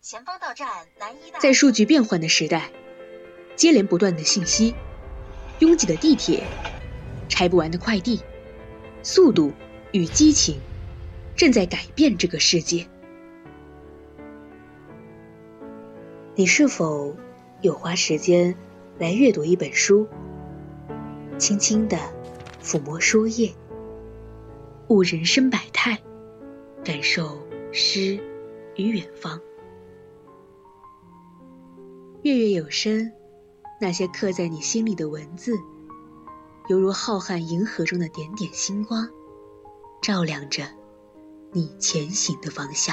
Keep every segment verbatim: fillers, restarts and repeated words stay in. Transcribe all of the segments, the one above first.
在数据变换的时代，接连不断的信息，拥挤的地铁，拆不完的快递，速度与激情正在改变这个世界。你是否有花时间来阅读一本书，轻轻地抚摸书页，悟人生百态，感受诗与远方。月月有声，那些刻在你心里的文字，犹如浩瀚银河中的点点星光，照亮着你前行的方向。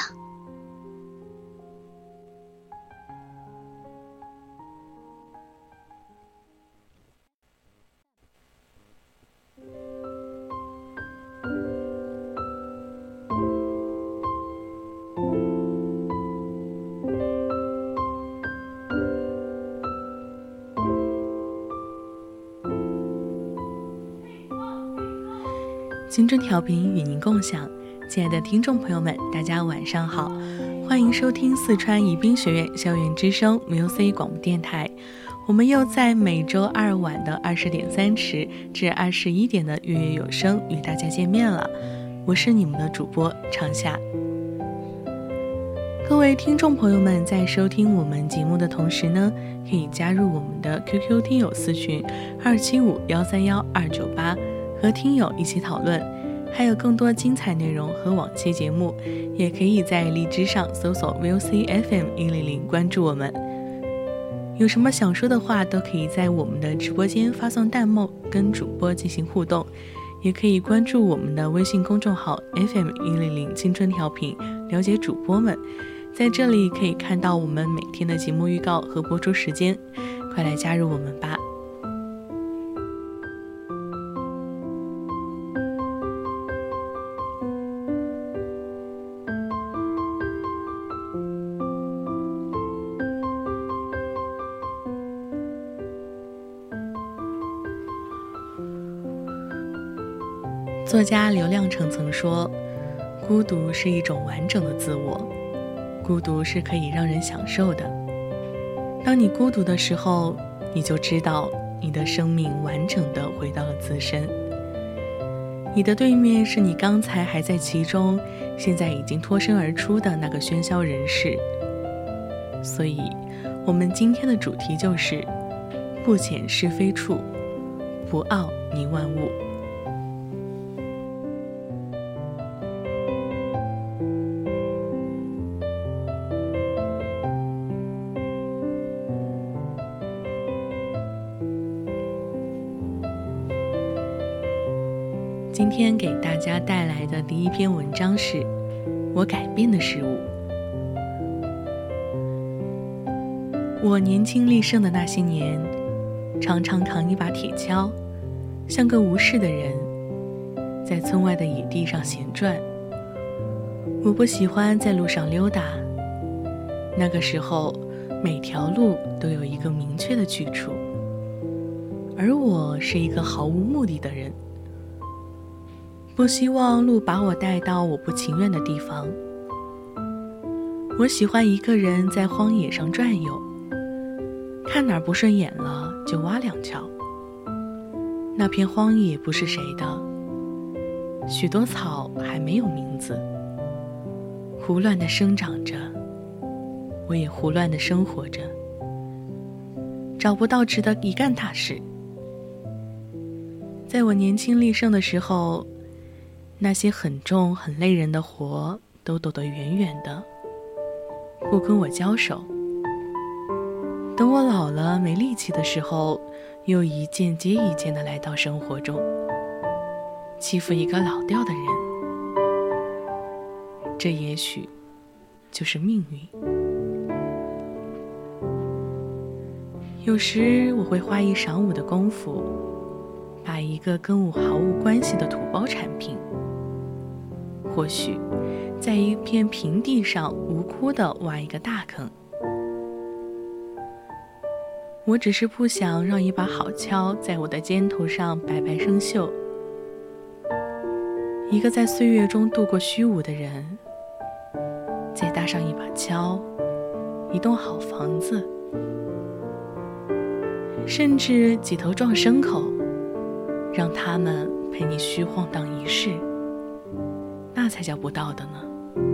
青春调频与您共享，亲爱的听众朋友们，大家晚上好，欢迎收听四川宜宾学院校园之声 Music 广播电台。我们又在每周二晚的二十点三十至二十一点的月月有声与大家见面了，我是你们的主播长夏。各位听众朋友们，在收听我们节目的同时呢，可以加入我们的 Q Q 听友私群二七五幺三幺二九八。和听友一起讨论，还有更多精彩内容和往期节目，也可以在荔枝上搜索 V O C F M 一零零关注我们。有什么想说的话，都可以在我们的直播间发送弹幕跟主播进行互动，也可以关注我们的微信公众号 F M 一零零青春调频，了解主播们。在这里可以看到我们每天的节目预告和播出时间，快来加入我们吧。作家刘亮程曾说，孤独是一种完整的自我，孤独是可以让人享受的。当你孤独的时候，你就知道你的生命完整地回到了自身。你的对面是你刚才还在其中，现在已经脱身而出的那个喧嚣人世。所以我们今天的主题就是不遣是非处，不傲睨万物。今天给大家带来的第一篇文章是我改变的事物。我年轻力盛的那些年，常常扛一把铁锹，像个无事的人，在村外的野地上闲转。我不喜欢在路上溜达，那个时候每条路都有一个明确的去处，而我是一个毫无目的的人，不希望路把我带到我不情愿的地方。我喜欢一个人在荒野上转悠，看哪儿不顺眼了就挖两锹。那片荒野不是谁的，许多草还没有名字，胡乱地生长着，我也胡乱地生活着，找不到值得一干大事。在我年轻力盛的时候，那些很重很累人的活都躲得远远的，不跟我交手。等我老了没力气的时候，又一件接一件的来到生活中，欺负一个老掉的人。这也许就是命运。有时我会花一晌午的功夫，把一个跟我毫无关系的土包产品，或许在一片平地上无辜地挖一个大坑。我只是不想让一把好锹在我的肩头上白白生锈。一个在岁月中度过虚无的人，再搭上一把锹， 一栋好房子，甚至几头壮牲口，让他们陪你虚晃荡一世，那才叫不道德呢。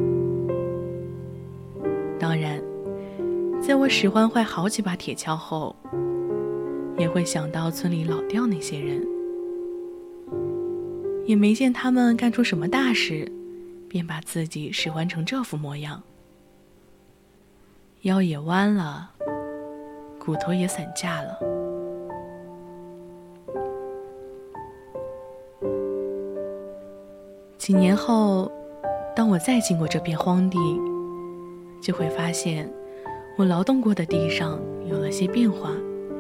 当然，在我使唤坏好几把铁锹后，也会想到村里老调那些人，也没见他们干出什么大事，便把自己使唤成这副模样，腰也弯了，骨头也散架了。几年后，当我再经过这片荒地，就会发现我劳动过的地上有了些变化。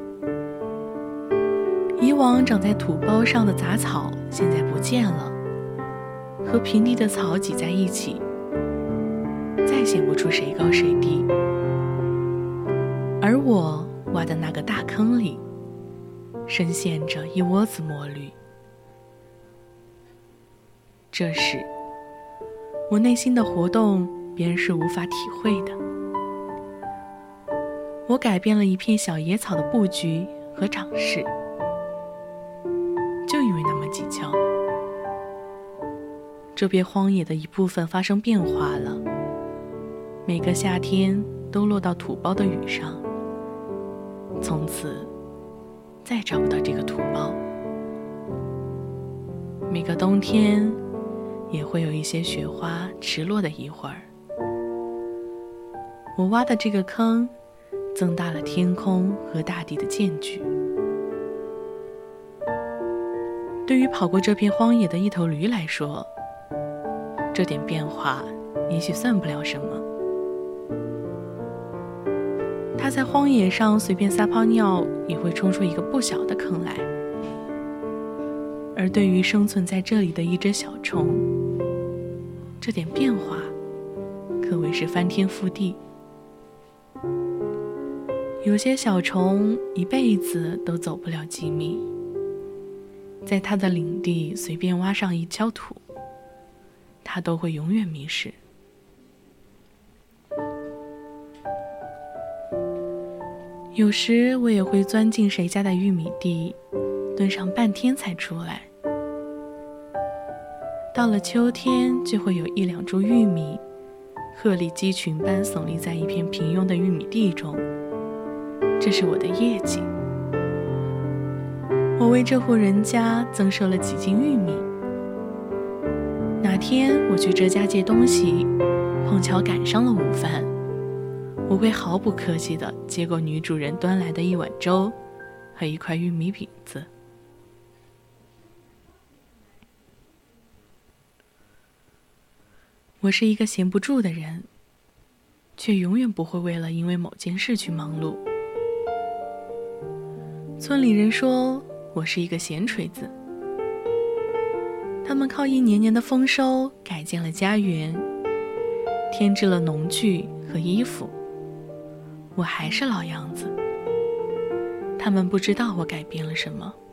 以往长在土包上的杂草现在不见了，和平地的草挤在一起，再显不出谁高谁低。而我挖的那个大坑里，深陷着一窝子墨绿。这时，我内心的活动别人是无法体会的。我改变了一片小野草的布局和长势，就因为那么几窍，这片荒野的一部分发生变化了，每个夏天都落到土包的雨上，从此再找不到这个土包。每个冬天也会有一些雪花迟落的一会儿。我挖的这个坑增大了天空和大地的间距。对于跑过这片荒野的一头驴来说，这点变化也许算不了什么。它在荒野上随便撒泡尿也会冲出一个不小的坑来，而对于生存在这里的一只小虫，这点变化可谓是翻天覆地。有些小虫一辈子都走不了几米，在它的领地随便挖上一锹土，它都会永远迷失。有时我也会钻进谁家的玉米地，蹲上半天才出来。到了秋天，就会有一两株玉米鹤立鸡群般耸立在一片平庸的玉米地中，这是我的业绩。我为这户人家增收了几斤玉米。哪天我去这家借东西，碰巧赶上了午饭，我会毫不客气地接过女主人端来的一碗粥和一块玉米饼子。我是一个闲不住的人，却永远不会为了因为某件事去忙碌。村里人说我是一个闲锤子，他们靠一年年的丰收改建了家园，添置了农具和衣服，我还是老样子。他们不知道我改变了什么。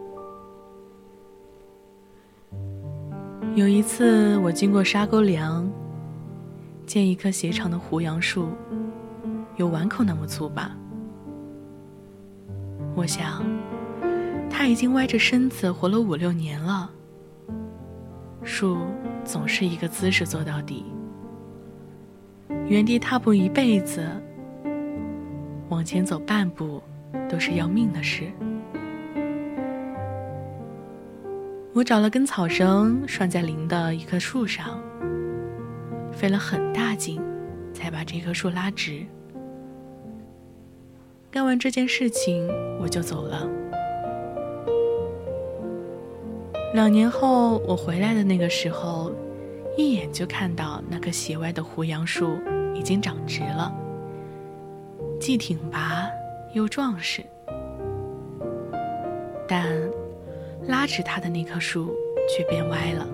有一次我经过沙沟梁，见一棵斜长的胡杨树，有碗口那么粗吧。我想它已经歪着身子活了五六年了。树总是一个姿势坐到底，原地踏步一辈子，往前走半步都是要命的事。我找了根草绳拴在林的一棵树上，费了很大劲才把这棵树拉直。干完这件事情我就走了。两年后我回来的那个时候，一眼就看到那棵斜歪的胡杨树已经长直了，既挺拔又壮实。但拉直它的那棵树却变歪了。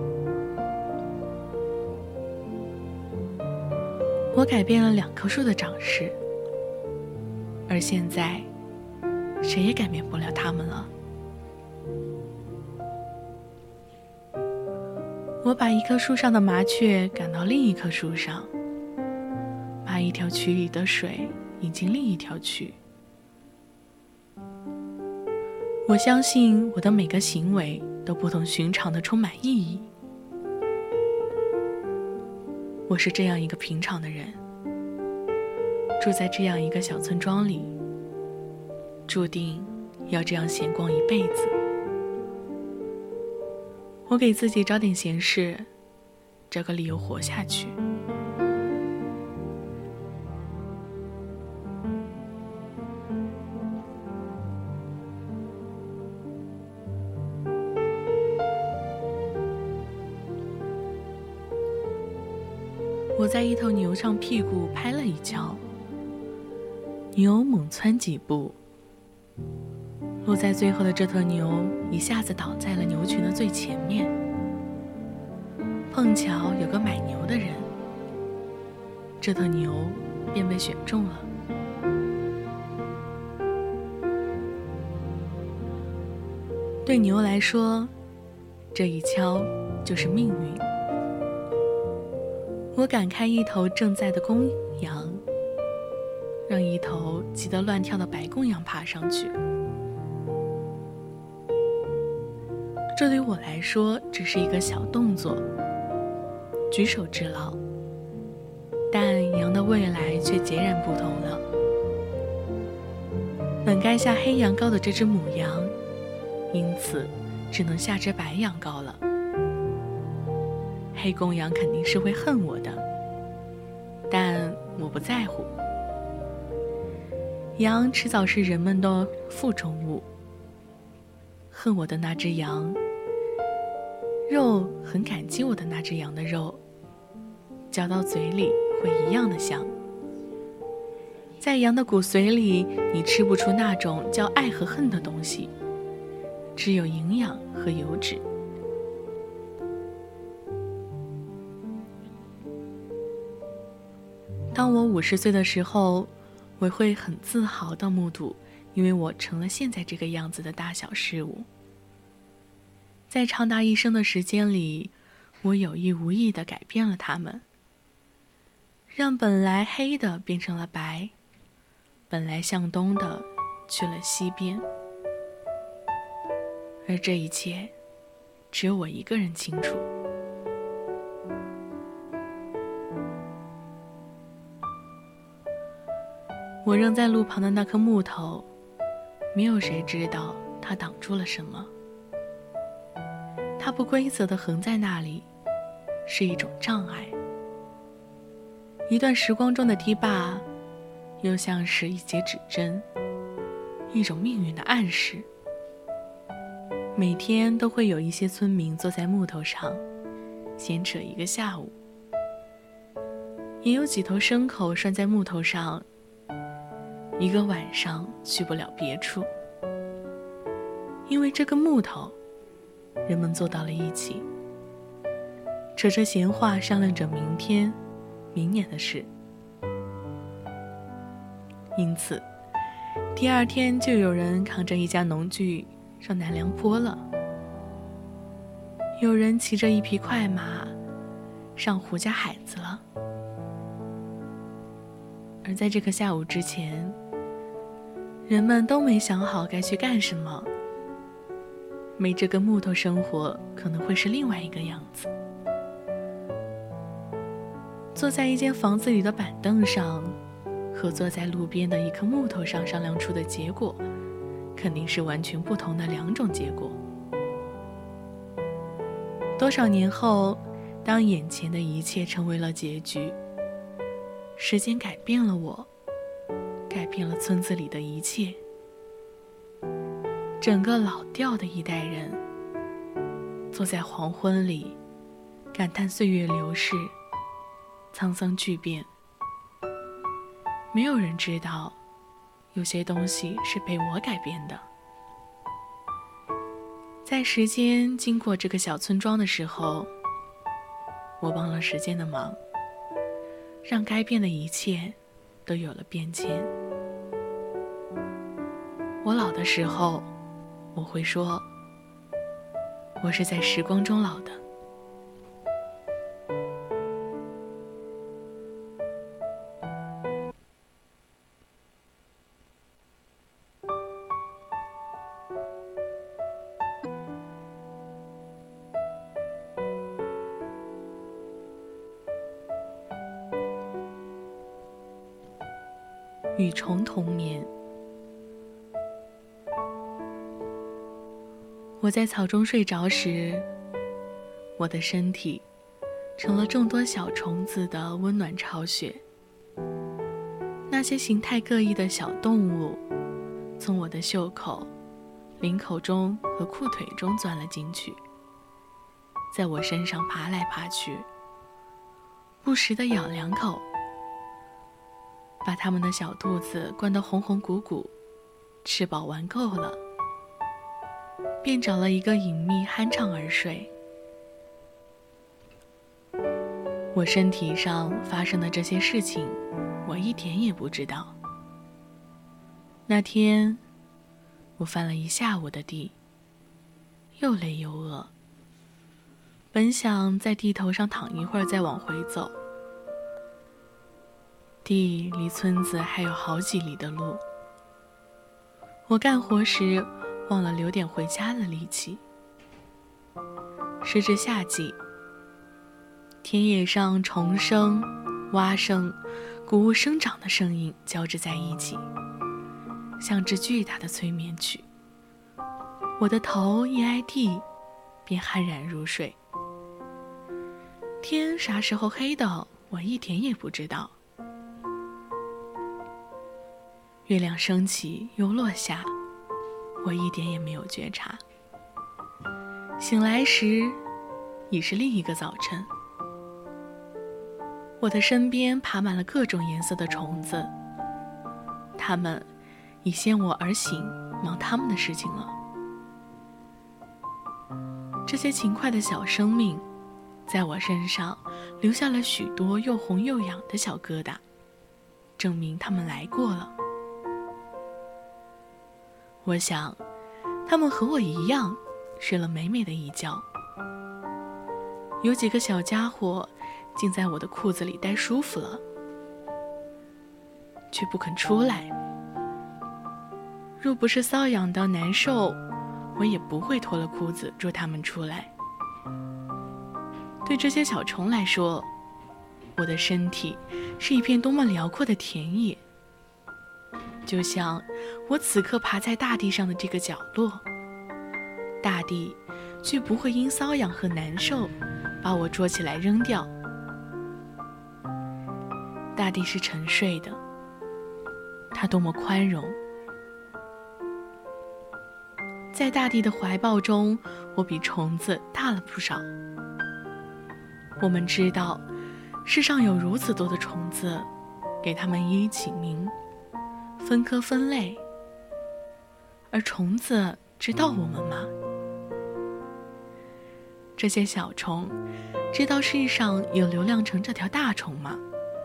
我改变了两棵树的长势，而现在谁也改变不了它们了。我把一棵树上的麻雀赶到另一棵树上，把把一条渠里的水引进另一条渠。我相信我的每个行为都不同寻常的充满意义。我是这样一个平常的人，住在这样一个小村庄里，注定要这样闲逛一辈子。我给自己找点闲事，找个理由活下去。我在一头牛上屁股拍了一跤，牛猛窜几步，落在最后的这头牛一下子倒在了牛群的最前面。碰巧有个买牛的人，这头牛便被选中了。对牛来说，这一敲就是命运。我赶开一头正在的公羊，让一头急得乱跳的白公羊爬上去。这对我来说只是一个小动作，举手之劳，但羊的未来却截然不同了。本该下黑羊羔的这只母羊，因此只能下只白羊羔了。黑公羊肯定是会恨我的，但我不在乎。羊迟早是人们的腹中物，恨我的那只羊，肉很感激我的那只羊的肉，嚼到嘴里会一样的香。在羊的骨髓里，你吃不出那种叫爱和恨的东西，只有营养和油脂。当我五十岁的时候，我会很自豪地目睹，因为我成了现在这个样子的大小事物。在长达一生的时间里，我有意无意地改变了它们，让本来黑的变成了白，本来向东的去了西边。而这一切，只有我一个人清楚。我扔在路旁的那颗木头，没有谁知道它挡住了什么。它不规则地横在那里，是一种障碍。一段时光中的堤坝，又像是一节指针，一种命运的暗示。每天都会有一些村民坐在木头上，闲扯一个下午。也有几头牲口拴在木头上，一个晚上去不了别处。因为这个木头，人们坐到了一起，扯着闲话商量着明天、明年的事。因此，第二天就有人扛着一架农具上南梁坡了，有人骑着一匹快马上胡家海子了。而在这个下午之前，人们都没想好该去干什么。没这个木头生活可能会是另外一个样子。坐在一间房子里的板凳上，和坐在路边的一棵木头上商量出的结果，肯定是完全不同的两种结果。多少年后，当眼前的一切成为了结局，时间改变了我，改变了村子里的一切。整个老掉的一代人，坐在黄昏里，感叹岁月流逝，沧桑巨变。没有人知道，有些东西是被我改变的。在时间经过这个小村庄的时候，我帮了时间的忙，让该变的一切都有了变迁。我老的时候，我会说，我是在时光中老的。 与虫同眠。我在草中睡着时，我的身体成了众多小虫子的温暖巢穴。那些形态各异的小动物从我的袖口、领口中和裤腿中钻了进去，在我身上爬来爬去，不时地咬两口，把它们的小肚子灌得红红鼓鼓，吃饱玩够了，便找了一个隐秘酣畅而睡。我身体上发生的这些事情，我一点也不知道。那天，我翻了一下午的地，又累又饿，本想在地头上躺一会儿再往回走。地离村子还有好几里的路，我干活时忘了留点回家的力气。时至夏季，田野上虫声、蛙声、谷物生长的声音交织在一起，像支巨大的催眠曲。我的头一挨地，便酣然入睡。天啥时候黑的，我一点也不知道。月亮升起又落下，我一点也没有觉察。醒来时，已是另一个早晨。我的身边爬满了各种颜色的虫子，它们已先我而醒，忙他们的事情了。这些勤快的小生命，在我身上留下了许多又红又痒的小疙瘩，证明他们来过了。我想，他们和我一样，睡了美美的一觉。有几个小家伙竟在我的裤子里待舒服了，却不肯出来。若不是瘙痒到难受，我也不会脱了裤子捉它们出来。对这些小虫来说，我的身体是一片多么辽阔的田野，就像我此刻爬在大地上的这个角落，大地却不会因瘙痒和难受把我捉起来扔掉。大地是沉睡的，它多么宽容。在大地的怀抱中，我比虫子大了不少。我们知道，世上有如此多的虫子，给它们一一起名，分科分类。而虫子知道我们吗？这些小虫知道世上有流量成这条大虫吗？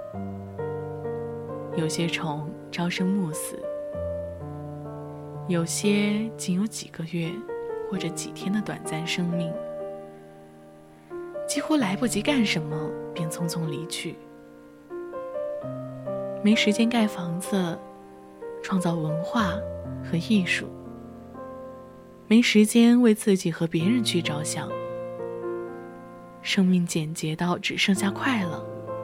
有些虫朝生暮死，有些仅有几个月或者几天的短暂生命，几乎来不及干什么便匆匆离去，没时间盖房子、创造文化和艺术，没时间为自己和别人去着想，生命简洁到只剩下快乐。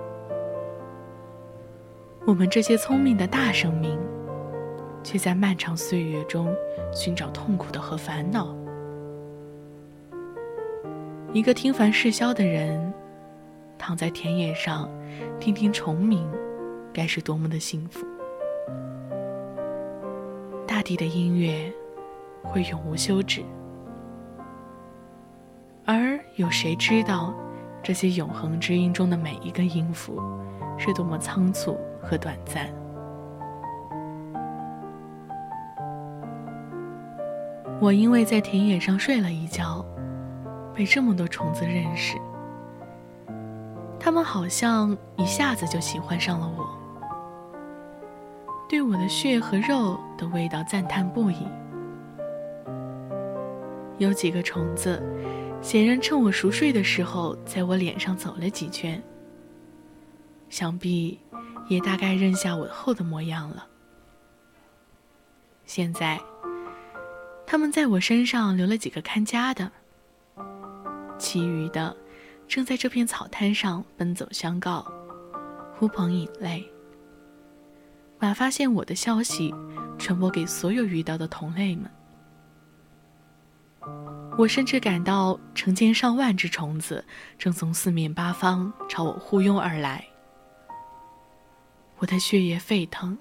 我们这些聪明的大生命，却在漫长岁月中寻找痛苦的和烦恼。一个听凡事消的人，躺在田野上听听虫鸣，该是多么的幸福。大地的音乐会永无休止，而有谁知道这些永恒之音中的每一个音符是多么仓促和短暂。我因为在田野上睡了一觉，被这么多虫子认识，它们好像一下子就喜欢上了我，对我的血和肉的味道赞叹不已。有几个虫子显然趁我熟睡的时候在我脸上走了几圈，想必也大概认下我后的模样了。现在他们在我身上留了几个看家的，其余的正在这片草滩上奔走相告，呼朋引类。 把发现我的消息传播给所有遇到的同类们。我甚至感到成千上万只虫子正从四面八方朝我呼拥而来，我的血液沸腾，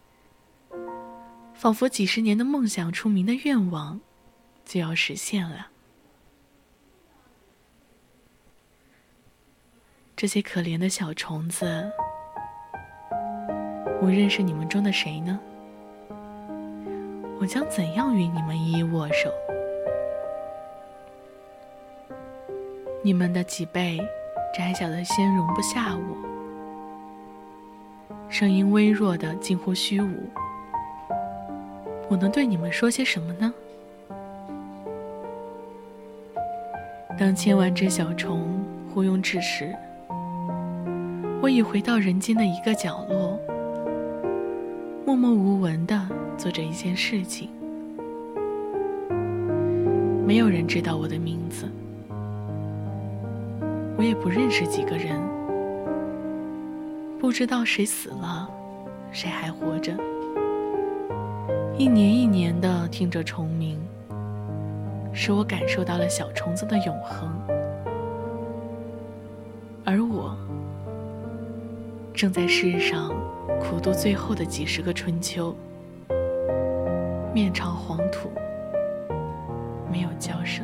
仿佛几十年的梦想出名的愿望就要实现了。这些可怜的小虫子，我认识你们中的谁呢？我将怎样与你们一一握手？你们的脊背窄小的先容不下我，声音微弱的近乎虚无。我能对你们说些什么呢？当千万只小虫呼拥至时，我已回到人间的一个角落，默默无闻地做着一件事情。没有人知道我的名字，我也不认识几个人，不知道谁死了，谁还活着。一年一年地听着虫鸣，使我感受到了小虫子的永恒。而我正在世上苦度最后的几十个春秋，面朝黄土，没有叫声。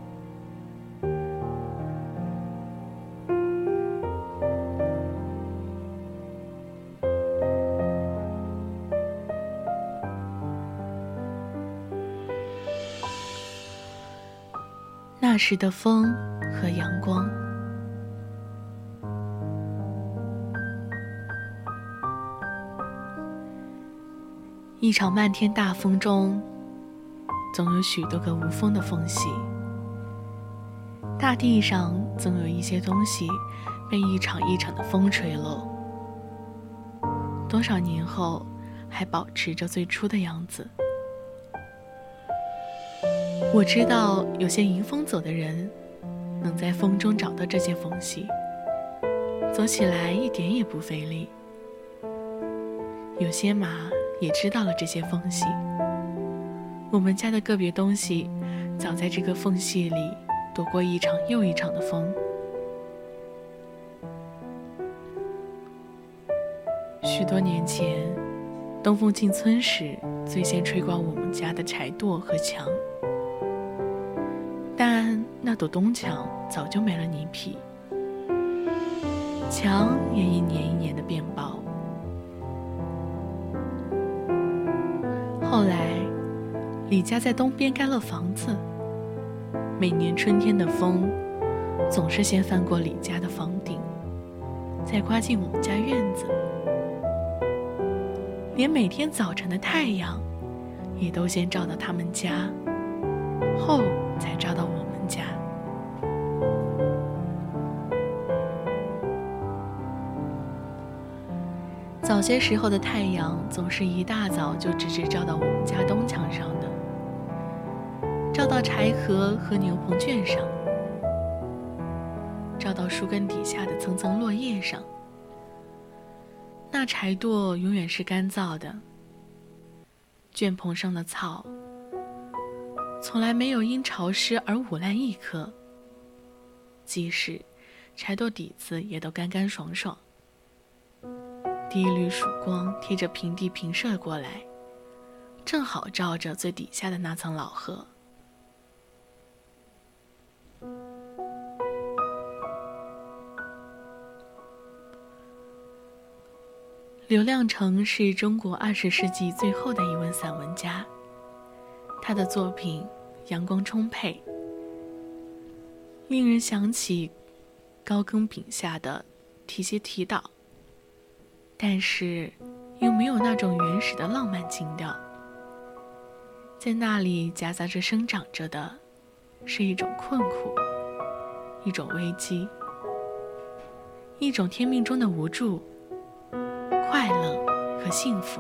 那时的风和阳光，一场漫天大风中，总有许多个无风的缝隙。大地上总有一些东西被一场一场的风吹落，多少年后还保持着最初的样子。我知道有些迎风走的人能在风中找到这些缝隙，走起来一点也不费力。有些马也知道了这些缝隙，我们家的个别东西早在这个缝隙里躲过一场又一场的风。许多年前，东风进村时最先吹刮我们家的柴垛和墙，但那堵东墙早就没了泥皮，墙也一年一年的变薄。后来李家在东边盖了房子，每年春天的风总是先翻过李家的房顶，再刮进我们家院子，连每天早晨的太阳也都先照到他们家，后才照到我们家。早些时候的太阳总是一大早就直直照到我们家东墙上的，照到柴禾和牛棚圈上，照到树根底下的层层落叶上。那柴垛永远是干燥的，圈棚上的草从来没有因潮湿而腐烂一颗，即使柴垛底子也都干干爽爽。第一缕曙光贴着平地平射过来，正好照着最底下的那层老禾。刘亮程是中国二十世纪最后的一位散文家，他的作品阳光充沛，令人想起高更笔下的提携提岛，但是又没有那种原始的浪漫情调。在那里夹杂着生长着的是一种困苦，一种危机，一种天命中的无助、快乐和幸福。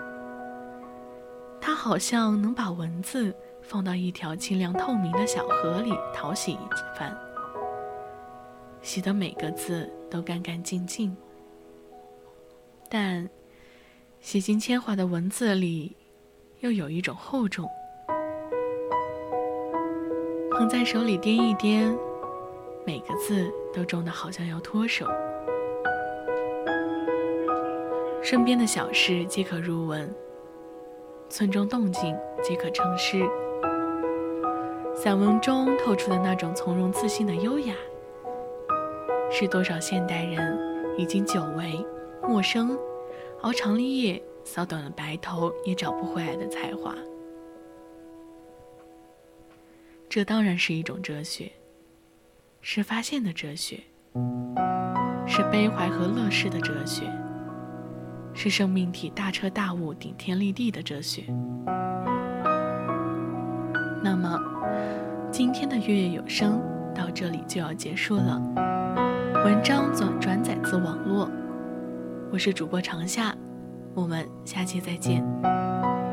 它好像能把文字放到一条清凉透明的小河里淘洗一番，洗得每个字都干干净净。但洗尽铅华的文字里又有一种厚重，捧在手里掂一掂，每个字都重得好像要脱手。身边的小事皆可入文，村中动静皆可成诗。散文中透出的那种从容自信的优雅，是多少现代人已经久违陌生，熬长立夜搔短了白头也找不回来的才华。这当然是一种哲学，是发现的哲学，是悲怀和乐事的哲学，是生命体大彻大悟顶天立地的哲学。那么今天的月月有声到这里就要结束了，文章转转载自网络，我是主播长夏，我们下期再见。